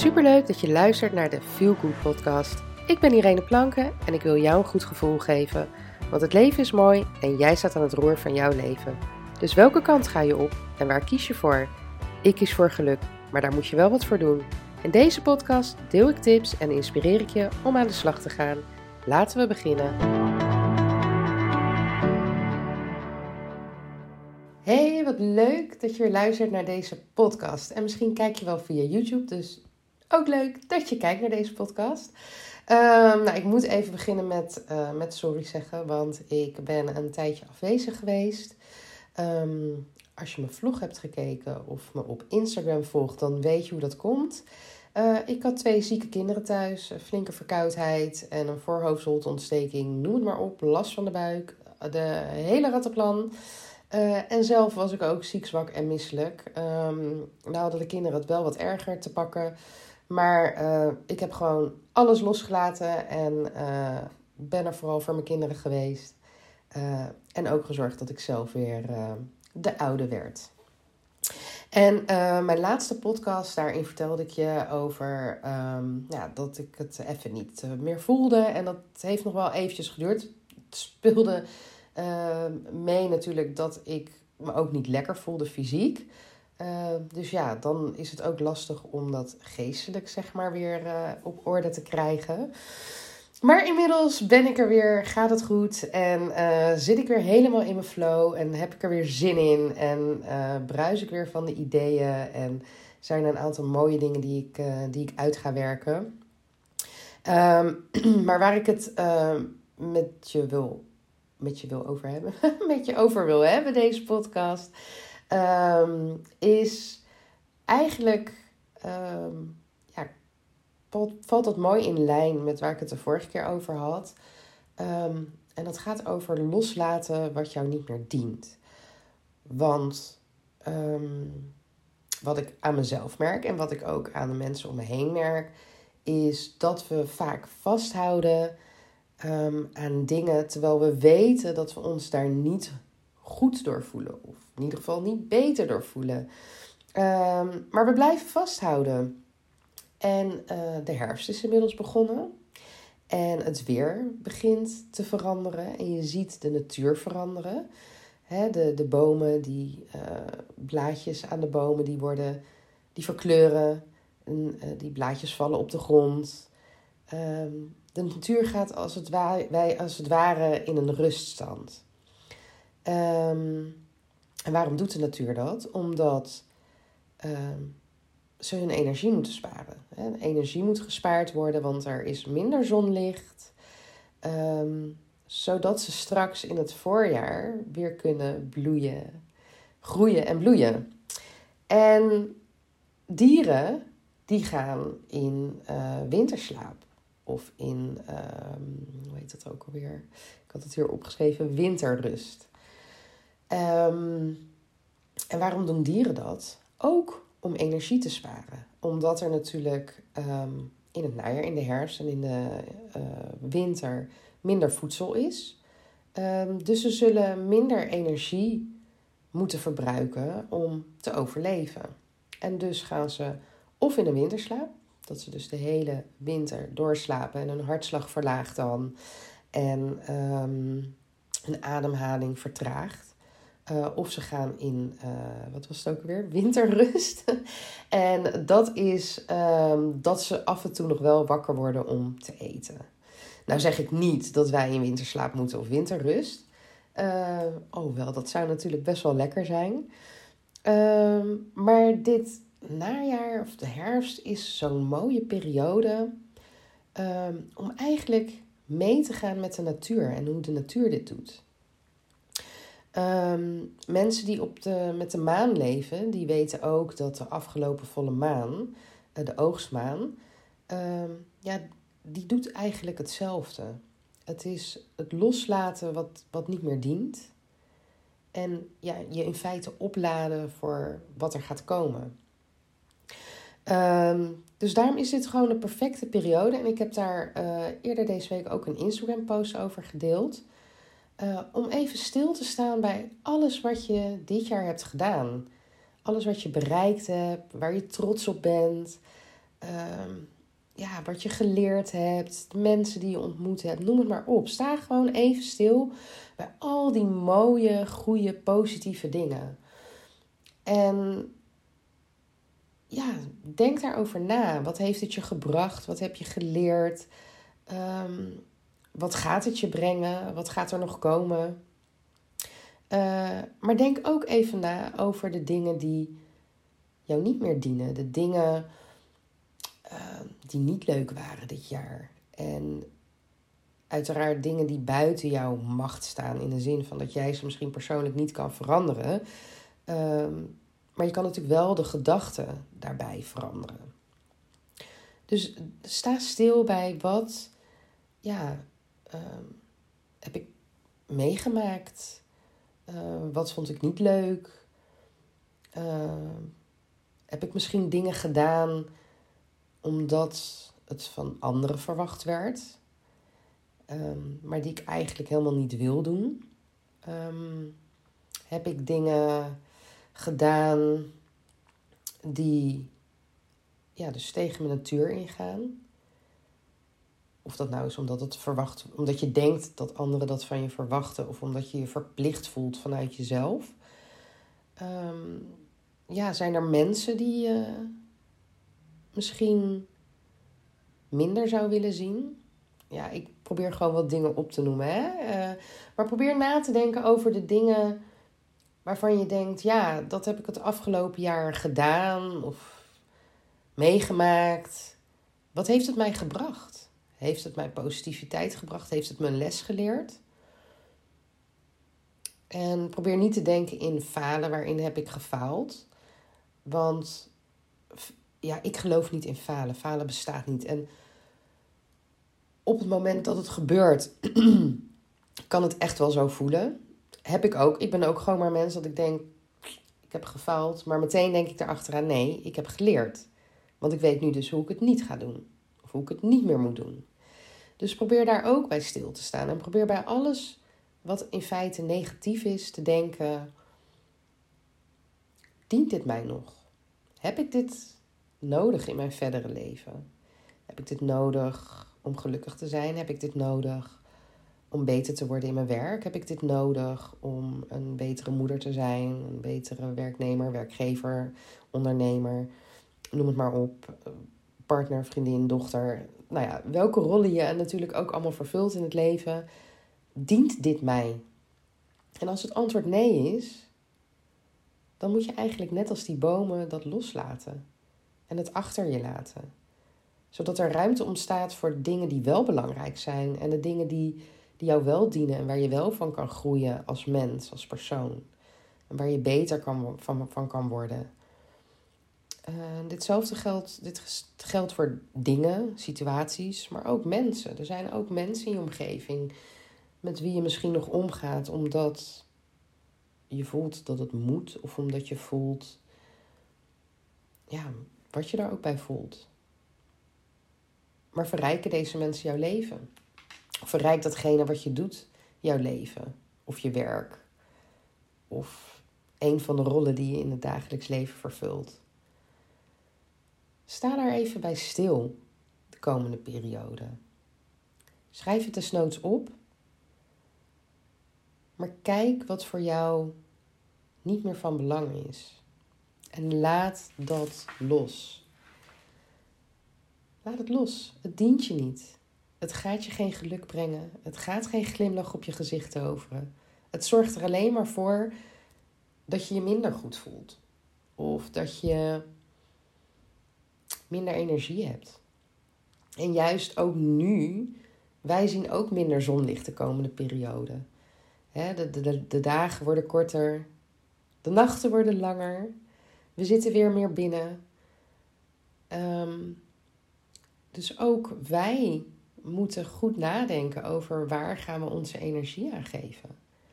Superleuk dat je luistert naar de Feel Good podcast. Ik ben Irene Planken en ik wil jou een goed gevoel geven. Want het leven is mooi en jij staat aan het roer van jouw leven. Dus welke kant ga je op en waar kies je voor? Ik kies voor geluk, maar daar moet je wel wat voor doen. In deze podcast deel ik tips en inspireer ik je om aan de slag te gaan. Laten we beginnen. Hey, wat leuk dat je weer luistert naar deze podcast. En misschien kijk je wel via YouTube, dus ook leuk dat je kijkt naar deze podcast. Ik moet even beginnen met sorry zeggen, want ik ben een tijdje afwezig geweest. Als je mijn vlog hebt gekeken of me op Instagram volgt, dan weet je hoe dat komt. Ik had 2 zieke kinderen thuis, een flinke verkoudheid en een voorhoofdholteontsteking, noem het maar op, last van de buik, de hele rattenplan. En zelf was ik ook ziek, zwak en misselijk. Nou hadden de kinderen het wel wat erger te pakken. Maar ik heb gewoon alles losgelaten en ben er vooral voor mijn kinderen geweest. En ook gezorgd dat ik zelf weer de oude werd. En mijn laatste podcast, daarin vertelde ik je over dat ik het even niet meer voelde. En dat heeft nog wel eventjes geduurd. Het speelde mee natuurlijk dat ik me ook niet lekker voelde fysiek. Dus ja, dan is het ook lastig om dat geestelijk zeg maar weer op orde te krijgen. Maar inmiddels ben ik er weer, gaat het goed en zit ik weer helemaal in mijn flow en heb ik er weer zin in en bruis ik weer van de ideeën en zijn er een aantal mooie dingen die ik uit ga werken. Maar waar ik het met je wil over hebben, met je over wil hebben, deze podcast, is eigenlijk, valt dat mooi in lijn met waar ik het de vorige keer over had. En dat gaat over loslaten wat jou niet meer dient. Want wat ik aan mezelf merk en wat ik ook aan de mensen om me heen merk, is dat we vaak vasthouden aan dingen, terwijl we weten dat we ons daar niet goed door voelen. Of in ieder geval niet beter door voelen. Maar we blijven vasthouden. En de herfst is inmiddels begonnen. En het weer begint te veranderen. En je ziet de natuur veranderen. De bomen, die blaadjes aan de bomen, die verkleuren. En, die blaadjes vallen op de grond. De natuur gaat als het ware in een ruststand. En waarom doet de natuur dat? Omdat ze hun energie moeten sparen. Energie moet gespaard worden, want er is minder zonlicht. Zodat ze straks in het voorjaar weer kunnen groeien en bloeien. En dieren, die gaan in winterslaap. Of in, hoe heet dat ook alweer? Ik had het hier opgeschreven, winterrust. En waarom doen dieren dat? Ook om energie te sparen. Omdat er natuurlijk in het najaar, in de herfst en in de winter minder voedsel is. Dus ze zullen minder energie moeten verbruiken om te overleven. En dus gaan ze of in een winterslaap, dat ze dus de hele winter doorslapen en hun hartslag verlaagt dan. En hun ademhaling vertraagt. Of ze gaan in, wat was het ook alweer? Winterrust. En dat is dat ze af en toe nog wel wakker worden om te eten. Nou zeg ik niet dat wij in winterslaap moeten of winterrust. Wel, dat zou natuurlijk best wel lekker zijn. Maar dit najaar of de herfst is zo'n mooie periode om eigenlijk mee te gaan met de natuur en hoe de natuur dit doet. Mensen die met de maan leven, die weten ook dat de afgelopen volle maan, de oogstmaan, die doet eigenlijk hetzelfde. Het is het loslaten wat niet meer dient. En je in feite opladen voor wat er gaat komen. Dus daarom is dit gewoon een perfecte periode. En ik heb daar eerder deze week ook een Instagram post over gedeeld. Om even stil te staan bij alles wat je dit jaar hebt gedaan. Alles wat je bereikt hebt, waar je trots op bent. wat je geleerd hebt, de mensen die je ontmoet hebt, noem het maar op. Sta gewoon even stil bij al die mooie, goede, positieve dingen. En denk daarover na. Wat heeft het je gebracht? Wat heb je geleerd? Wat gaat het je brengen? Wat gaat er nog komen? Maar denk ook even na over de dingen die jou niet meer dienen. De dingen die niet leuk waren dit jaar. En uiteraard dingen die buiten jouw macht staan. In de zin van dat jij ze misschien persoonlijk niet kan veranderen. Maar je kan natuurlijk wel de gedachten daarbij veranderen. Dus sta stil bij wat heb ik meegemaakt. Wat vond ik niet leuk. Heb ik misschien dingen gedaan omdat het van anderen verwacht werd. Maar die ik eigenlijk helemaal niet wil doen. Heb ik dingen gedaan die dus tegen mijn natuur ingaan. Of dat nou is omdat je denkt dat anderen dat van je verwachten. Of omdat je je verplicht voelt vanuit jezelf. Zijn er mensen die je misschien minder zou willen zien? Ja, ik probeer gewoon wat dingen op te noemen. Maar probeer na te denken over de dingen waarvan je denkt, dat heb ik het afgelopen jaar gedaan of meegemaakt. Wat heeft het mij gebracht? Heeft het mij positiviteit gebracht? Heeft het me een les geleerd? En probeer niet te denken in falen, waarin heb ik gefaald. Want ik geloof niet in falen. Falen bestaat niet. En op het moment dat het gebeurt, kan het echt wel zo voelen. Heb ik ook. Ik ben ook gewoon maar mens dat ik denk, ik heb gefaald. Maar meteen denk ik erachteraan, nee, ik heb geleerd. Want ik weet nu dus hoe ik het niet ga doen. Of hoe ik het niet meer moet doen. Dus probeer daar ook bij stil te staan. En probeer bij alles wat in feite negatief is te denken, dient dit mij nog? Heb ik dit nodig in mijn verdere leven? Heb ik dit nodig om gelukkig te zijn? Heb ik dit nodig om beter te worden in mijn werk? Heb ik dit nodig om een betere moeder te zijn? Een betere werknemer, werkgever, ondernemer? Noem het maar op. Partner, vriendin, dochter. Welke rollen je natuurlijk ook allemaal vervult in het leven. Dient dit mij? En als het antwoord nee is, dan moet je eigenlijk net als die bomen dat loslaten. En het achter je laten. Zodat er ruimte ontstaat voor dingen die wel belangrijk zijn. En de dingen die jou wel dienen. En waar je wel van kan groeien als mens, als persoon. En waar je beter van kan worden. Dit geldt voor dingen, situaties, maar ook mensen. Er zijn ook mensen in je omgeving met wie je misschien nog omgaat omdat je voelt dat het moet. Of omdat je voelt wat je daar ook bij voelt. Maar verrijken deze mensen jouw leven? Of verrijkt datgene wat je doet jouw leven? Of je werk? Of een van de rollen die je in het dagelijks leven vervult? Sta daar even bij stil de komende periode. Schrijf het desnoods op. Maar kijk wat voor jou niet meer van belang is. En laat dat los. Laat het los. Het dient je niet. Het gaat je geen geluk brengen. Het gaat geen glimlach op je gezicht toveren. Het zorgt er alleen maar voor dat je je minder goed voelt. Of dat je minder energie hebt. En juist ook nu, wij zien ook minder zonlicht de komende periode. De dagen worden korter. De nachten worden langer. We zitten weer meer binnen. Dus ook wij moeten goed nadenken over waar gaan we onze energie aan geven.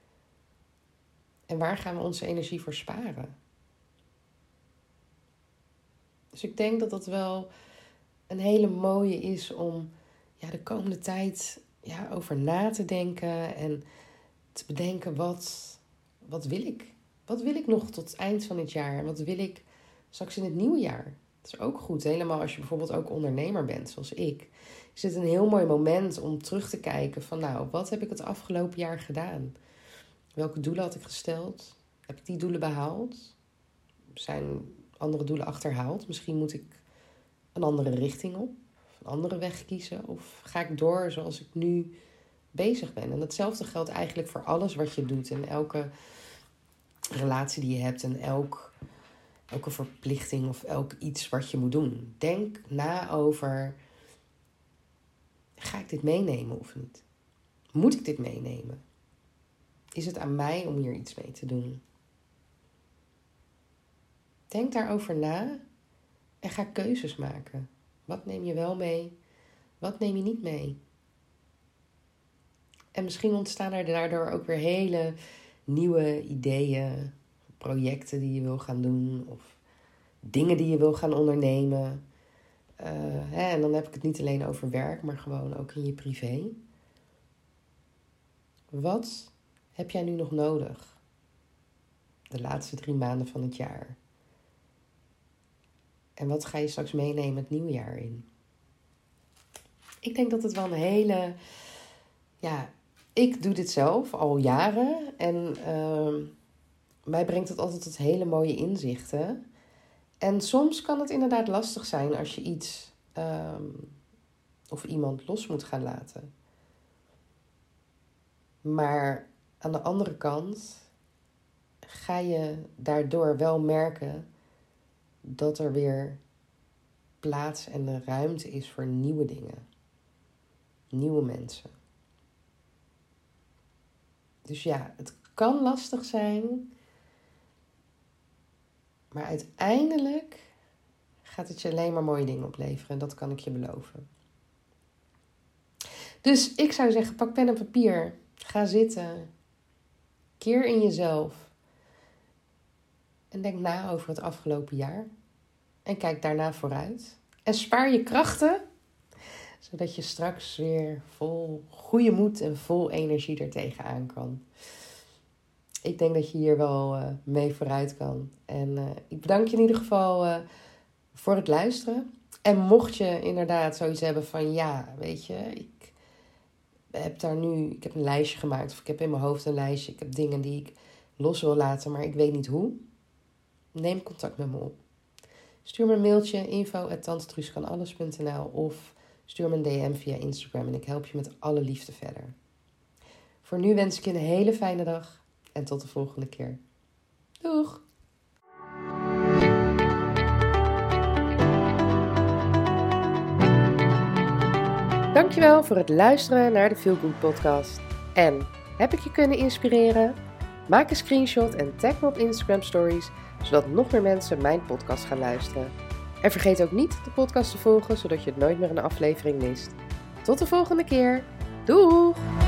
En waar gaan we onze energie voor sparen. Dus ik denk dat dat wel een hele mooie is om de komende tijd over na te denken. En te bedenken wat wil ik? Wat wil ik nog tot het eind van het jaar? En wat wil ik straks in het nieuwe jaar? Dat is ook goed. Helemaal als je bijvoorbeeld ook ondernemer bent, zoals ik. Is het een heel mooi moment om terug te kijken van nou, wat heb ik het afgelopen jaar gedaan? Welke doelen had ik gesteld? Heb ik die doelen behaald? Zijn andere doelen achterhaald? Misschien moet ik een andere richting op, of een andere weg kiezen. Of ga ik door zoals ik nu bezig ben? En datzelfde geldt eigenlijk voor alles wat je doet. En elke relatie die je hebt en elke verplichting of elk iets wat je moet doen. Denk na over, ga ik dit meenemen of niet? Moet ik dit meenemen? Is het aan mij om hier iets mee te doen? Denk daarover na en ga keuzes maken. Wat neem je wel mee? Wat neem je niet mee? En misschien ontstaan er daardoor ook weer hele nieuwe ideeën, projecten die je wil gaan doen of dingen die je wil gaan ondernemen. En dan heb ik het niet alleen over werk, maar gewoon ook in je privé. Wat heb jij nu nog nodig? De laatste 3 maanden van het jaar. En wat ga je straks meenemen het nieuwe jaar in? Ik denk dat het wel een hele... Ja, ik doe dit zelf al jaren. En mij brengt het altijd tot hele mooie inzichten. En soms kan het inderdaad lastig zijn als je iets of iemand los moet gaan laten. Maar aan de andere kant ga je daardoor wel merken dat er weer plaats en de ruimte is voor nieuwe dingen. Nieuwe mensen. Dus ja, het kan lastig zijn. Maar uiteindelijk gaat het je alleen maar mooie dingen opleveren. En dat kan ik je beloven. Dus ik zou zeggen, pak pen en papier. Ga zitten. Keer in jezelf. En denk na over het afgelopen jaar. En kijk daarna vooruit. En spaar je krachten. Zodat je straks weer vol goede moed en vol energie er tegenaan kan. Ik denk dat je hier wel mee vooruit kan. En ik bedank je in ieder geval voor het luisteren. En mocht je inderdaad zoiets hebben van ja, weet je, ik heb een lijstje gemaakt. Of ik heb in mijn hoofd een lijstje. Ik heb dingen die ik los wil laten, maar ik weet niet hoe. Neem contact met me op. Stuur me een mailtje info@tantetruuskanalles.nl of stuur me een DM via Instagram en ik help je met alle liefde verder. Voor nu wens ik je een hele fijne dag en tot de volgende keer. Doeg! Dankjewel voor het luisteren naar de Feel Good podcast. En heb ik je kunnen inspireren? Maak een screenshot en tag me op Instagram Stories, zodat nog meer mensen mijn podcast gaan luisteren. En vergeet ook niet de podcast te volgen, zodat je nooit meer een aflevering mist. Tot de volgende keer. Doeg!